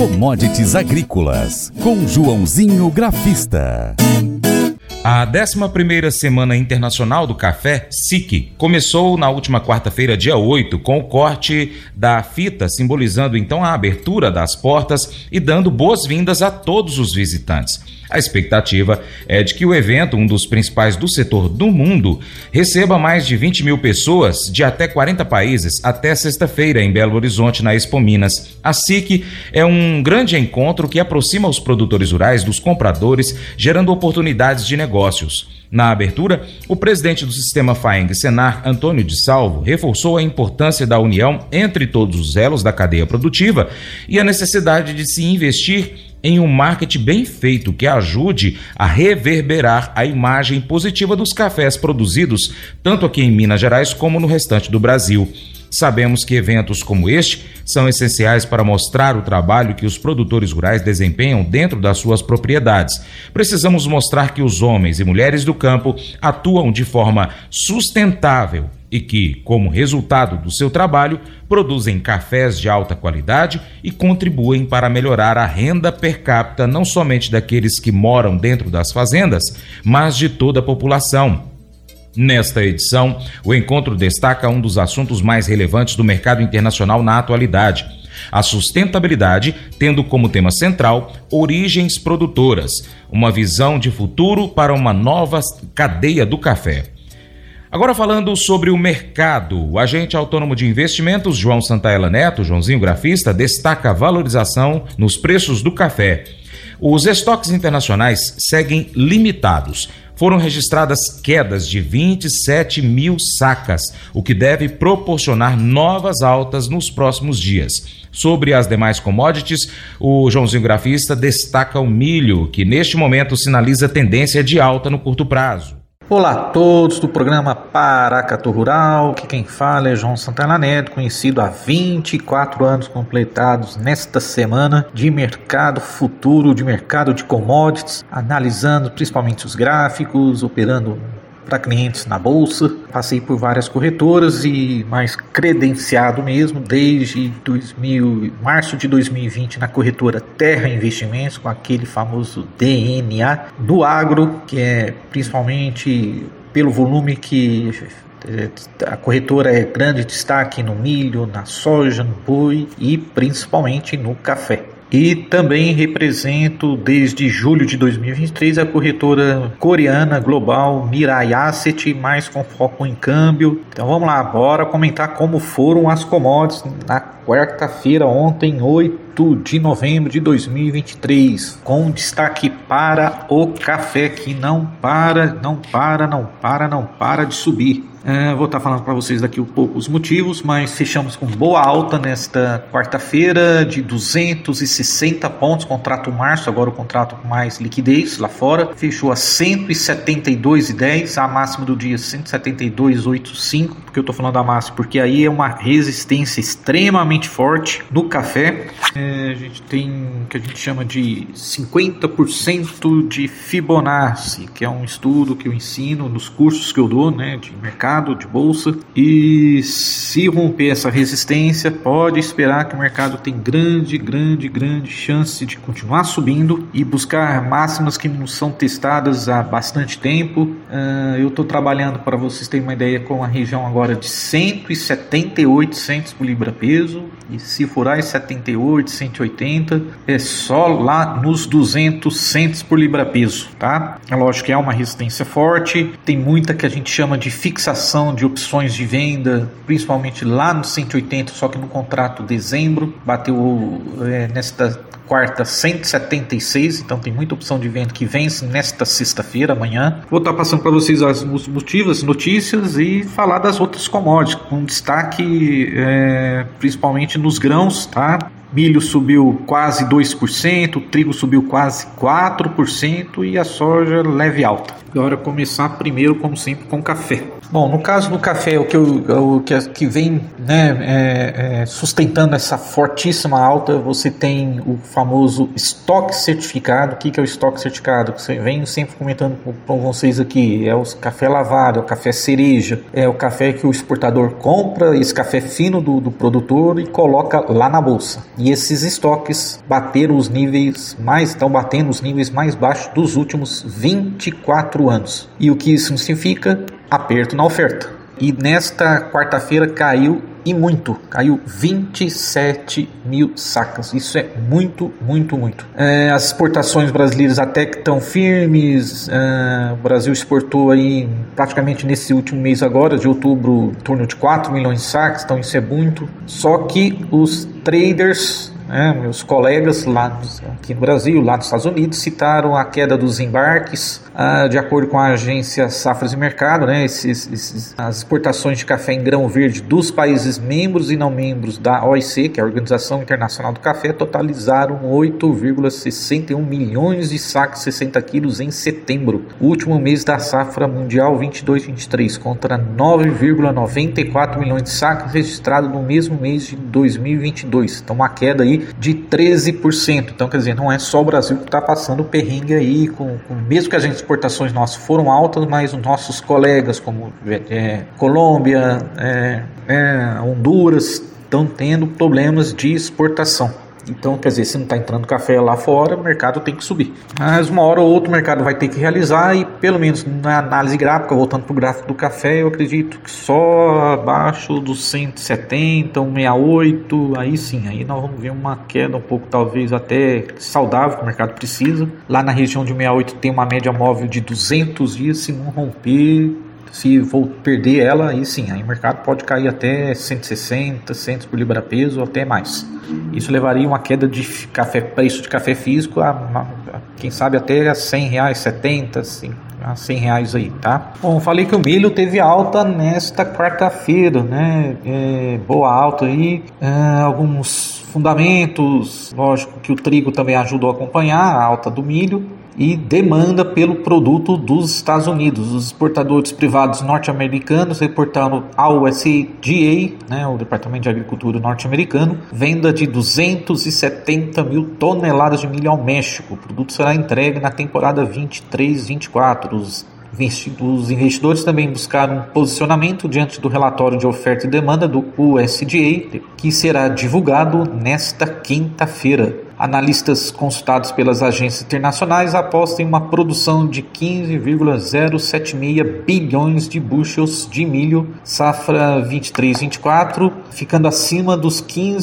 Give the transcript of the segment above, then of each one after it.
Commodities Agrícolas, com Joãozinho Grafista. A 11ª Semana Internacional do Café, SIC, começou na última quarta-feira, dia 8, com o corte da fita, simbolizando então a abertura das portas e dando boas-vindas a todos os visitantes. A expectativa é de que o evento, um dos principais do setor do mundo, receba mais de 20 mil pessoas de até 40 países até sexta-feira em Belo Horizonte, na Expo Minas. A SIC é um grande encontro que aproxima os produtores rurais dos compradores, gerando oportunidades de negócios. Na abertura, o presidente do Sistema FAENG-Senar, Antônio de Salvo, reforçou a importância da união entre todos os elos da cadeia produtiva e a necessidade de se investir em um marketing bem feito que ajude a reverberar a imagem positiva dos cafés produzidos tanto aqui em Minas Gerais como no restante do Brasil. Sabemos que eventos como este são essenciais para mostrar o trabalho que os produtores rurais desempenham dentro das suas propriedades. Precisamos mostrar que os homens e mulheres do campo atuam de forma sustentável e que, como resultado do seu trabalho, produzem cafés de alta qualidade e contribuem para melhorar a renda per capita não somente daqueles que moram dentro das fazendas, mas de toda a população. Nesta edição, o encontro destaca um dos assuntos mais relevantes do mercado internacional na atualidade: a sustentabilidade, tendo como tema central origens produtoras, uma visão de futuro para uma nova cadeia do café. Agora falando sobre o mercado, o agente autônomo de investimentos João Santaella Neto, Joãozinho Grafista, destaca a valorização nos preços do café. Os estoques internacionais seguem limitados. Foram registradas quedas de 27 mil sacas, o que deve proporcionar novas altas nos próximos dias. Sobre as demais commodities, o Joãozinho Grafista destaca o milho, que neste momento sinaliza tendência de alta no curto prazo. Olá a todos do programa Paracatu Rural, que quem fala é João Santaella Neto, conhecido há 24 anos completados nesta semana de mercado futuro, de mercado de commodities, analisando principalmente os gráficos, operando para clientes na bolsa. Passei por várias corretoras e mais credenciado mesmo desde março de 2020 na corretora Terra Investimentos, com aquele famoso DNA do agro, que é principalmente pelo volume que a corretora é grande destaque no milho, na soja, no boi e principalmente no café. E também represento desde julho de 2023 a corretora coreana global Mirai Asset, mais com foco em câmbio. Então vamos lá, bora comentar como foram as commodities na quarta-feira, ontem, 8 de novembro de 2023, com destaque para o café, que não para de subir. Vou estar falando para vocês daqui um pouco os motivos, mas fechamos com boa alta nesta quarta-feira de 260 pontos, contrato março, agora o contrato com mais liquidez lá fora, fechou a 172,10, a máxima do dia 172,85, porque eu estou falando da máxima, porque aí é uma resistência extremamente forte no café. A gente tem o que a gente chama de 50% de Fibonacci, que é um estudo que eu ensino nos cursos que eu dou, né, de mercado, de bolsa, e se romper essa resistência, pode esperar que o mercado tem grande chance de continuar subindo e buscar máximas que não são testadas há bastante tempo. Eu estou trabalhando, para vocês terem uma ideia, com a região agora de 178 centos por libra peso, e se furar 78, 180, é só lá nos 200 centos por libra peso, tá? É lógico que é uma resistência forte, tem muita que a gente chama de fixação de opções de venda, principalmente lá no 180, só que no contrato dezembro, bateu nesta quarta 176, então tem muita opção de venda que vence nesta sexta-feira, amanhã. Vou estar passando para vocês os motivos, notícias e falar das outras commodities, com destaque principalmente nos grãos, tá? Milho subiu quase 2%, o trigo subiu quase 4% e a soja leve alta. Agora começar primeiro, como sempre, com café. Bom, no caso do café, o que vem, né, sustentando essa fortíssima alta, você tem o famoso estoque certificado. O que é o estoque certificado? Você vem sempre comentando com vocês aqui, é o café lavado, é o café cereja, é o café que o exportador compra, esse café fino do produtor e coloca lá na bolsa. E esses estoques estão batendo os níveis mais baixos dos últimos 24 anos. E o que isso significa? Aperto na oferta. E nesta quarta-feira caiu 27 mil sacas. Isso é muito. As exportações brasileiras até que estão firmes. O Brasil exportou aí praticamente nesse último mês agora, de outubro, em torno de 4 milhões de sacas. Então isso é muito. Só que os traders, meus colegas lá aqui no Brasil, lá nos Estados Unidos, citaram a queda dos embarques. De acordo com a agência Safras e Mercado, as exportações de café em grão verde dos países membros e não membros da OIC, que é a Organização Internacional do Café, totalizaram 8,61 milhões de sacos 60 quilos em setembro, o último mês da safra mundial 22-23, contra 9,94 milhões de sacos registrados no mesmo mês de 2022. Então uma queda aí de 13%. Então, quer dizer, não é só o Brasil que está passando perrengue aí, mesmo que as exportações nossas foram altas, mas os nossos colegas como Colômbia, Honduras, estão tendo problemas de exportação. Então, quer dizer, se não está entrando café lá fora, o mercado tem que subir. Mas uma hora ou outra o mercado vai ter que realizar, e pelo menos na análise gráfica, voltando para o gráfico do café, eu acredito que só abaixo dos 170, 168, aí sim, aí nós vamos ver uma queda um pouco talvez até saudável que o mercado precisa. Lá na região de 68 tem uma média móvel de 200 dias, se não romper, se vou perder ela, aí sim, aí o mercado pode cair até 160, 100 por libra-peso, ou até mais. Isso levaria uma queda de preço de café físico quem sabe até a R$100, 70, assim, a R$100 aí, tá? Bom, falei que o milho teve alta nesta quarta-feira, né? Boa alta aí, alguns fundamentos, lógico que o trigo também ajudou a acompanhar a alta do milho, e demanda pelo produto dos Estados Unidos. Os exportadores privados norte-americanos reportaram ao USDA, o Departamento de Agricultura norte-americano, venda de 270 mil toneladas de milho ao México. O produto será entregue na temporada 23-24. Os investidores também buscaram um posicionamento diante do relatório de oferta e demanda do USDA, que será divulgado nesta quinta-feira. Analistas consultados pelas agências internacionais apostam em uma produção de 15,076 bilhões de bushels de milho, safra 23-24, ficando acima dos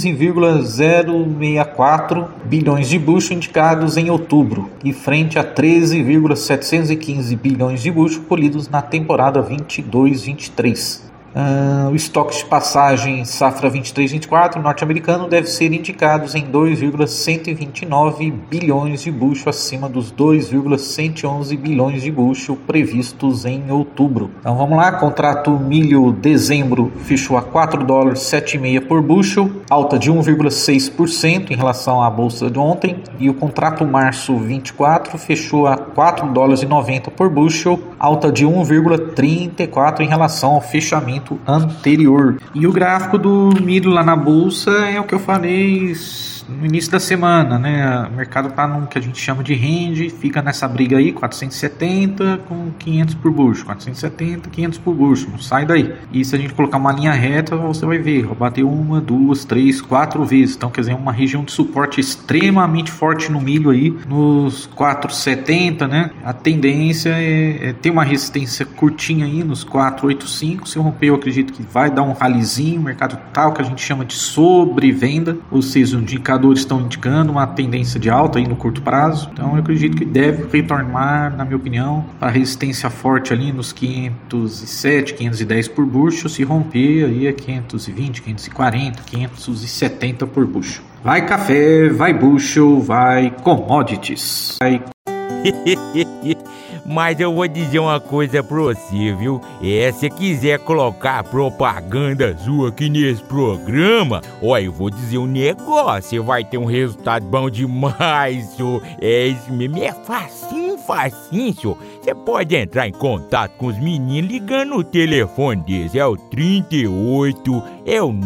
15,064 bilhões de bushels indicados em outubro, e frente a 13,715 bilhões de bushels colhidos na temporada 22-23. O estoque de passagem safra 23-24 norte-americano deve ser indicados em 2,129 bilhões de bushel, acima dos 2,111 bilhões de bushel previstos em outubro. Então vamos lá, contrato milho dezembro fechou a $4,7,5 por bushel, alta de 1,6% em relação à bolsa de ontem, e o contrato março 24 fechou a $4,90 por bushel, alta de 1,34% em relação ao fechamento anterior. E o gráfico do milho lá na bolsa é o que eu falei no início da semana, né? O mercado está num que a gente chama de range, fica nessa briga aí, 470 com 500 por bushel, 470, 500 por bushel, não sai daí. E se a gente colocar uma linha reta, você vai ver, bateu 1, 2, 3, 4 vezes. Então, quer dizer, uma região de suporte extremamente forte no milho aí, nos 470, né? A tendência é ter uma resistência curtinha aí nos 485. Se romper, eu acredito que vai dar um ralizinho, o mercado tal que a gente chama de sobrevenda, ou seja, os indicadores estão indicando uma tendência de alta aí no curto prazo. Então eu acredito que deve retornar, na minha opinião, para a resistência forte ali nos 507, 510 por bushel. Se romper aí é 520, 540, 570 por bushel. Vai café, vai bushel, vai commodities. Mas eu vou dizer uma coisa pra você, viu? Se quiser colocar propaganda sua aqui nesse programa, eu vou dizer um negócio, você vai ter um resultado bom demais, senhor. Isso mesmo, é facinho, senhor. Você pode entrar em contato com os meninos ligando no telefone deles, é o 38, é o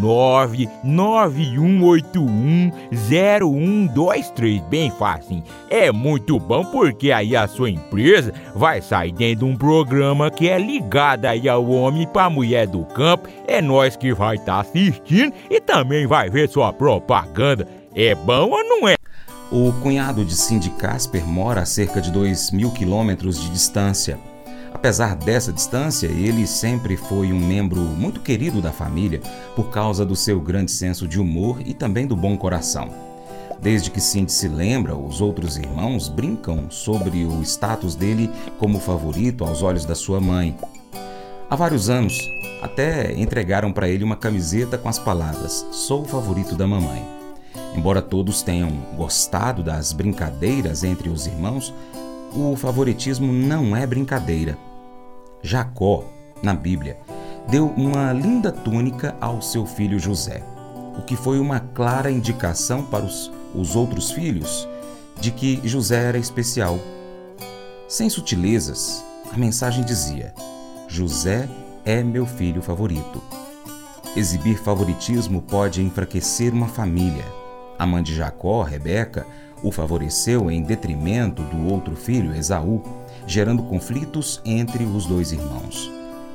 991810123, bem facinho. É muito bom porque aí a sua empresa vai sair dentro de um programa que é ligado aí ao homem pra mulher do campo. É nós que vai estar assistindo e também vai ver sua propaganda. É bom ou não é? O cunhado de Cindy Casper mora a cerca de 2.000 quilômetros de distância. Apesar dessa distância, ele sempre foi um membro muito querido da família por causa do seu grande senso de humor e também do bom coração. Desde que Cindy se lembra, os outros irmãos brincam sobre o status dele como favorito aos olhos da sua mãe. Há vários anos, até entregaram para ele uma camiseta com as palavras "Sou o favorito da mamãe". Embora todos tenham gostado das brincadeiras entre os irmãos, o favoritismo não é brincadeira. Jacó, na Bíblia, deu uma linda túnica ao seu filho José, o que foi uma clara indicação para os outros filhos de que José era especial. Sem sutilezas, a mensagem dizia: José é meu filho favorito. Exibir favoritismo pode enfraquecer uma família. A mãe de Jacó, Rebeca, o favoreceu em detrimento do outro filho, Esaú, gerando conflitos entre os dois irmãos.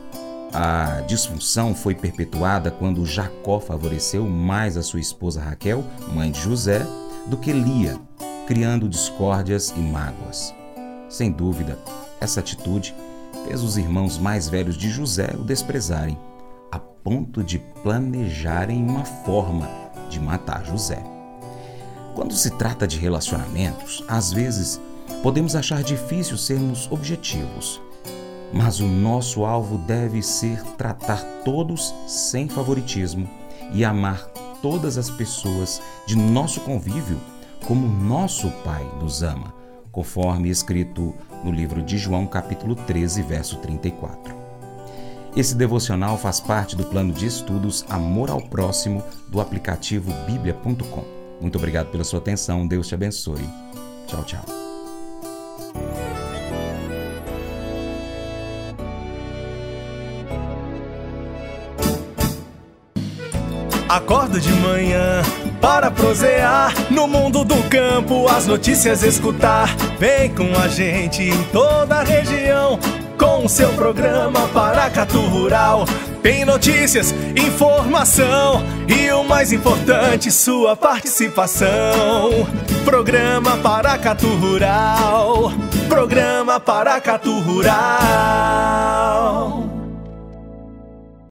A disfunção foi perpetuada quando Jacó favoreceu mais a sua esposa Raquel, mãe de José, do que Lia, criando discórdias e mágoas. Sem dúvida, essa atitude fez os irmãos mais velhos de José o desprezarem, a ponto de planejarem uma forma de matar José. Quando se trata de relacionamentos, às vezes podemos achar difícil sermos objetivos, mas o nosso alvo deve ser tratar todos sem favoritismo e amar todas as pessoas de nosso convívio como nosso Pai nos ama, conforme escrito no livro de João, capítulo 13, verso 34. Esse devocional faz parte do plano de estudos Amor ao Próximo do aplicativo biblia.com. Muito obrigado pela sua atenção. Deus te abençoe. Tchau, tchau. Acordo de manhã para prosear no mundo do campo, as notícias escutar. Vem com a gente em toda a região com o seu programa Paracatu Rural. Tem notícias, informação e o mais importante, sua participação. Programa Paracatu Rural. Programa Paracatu Rural.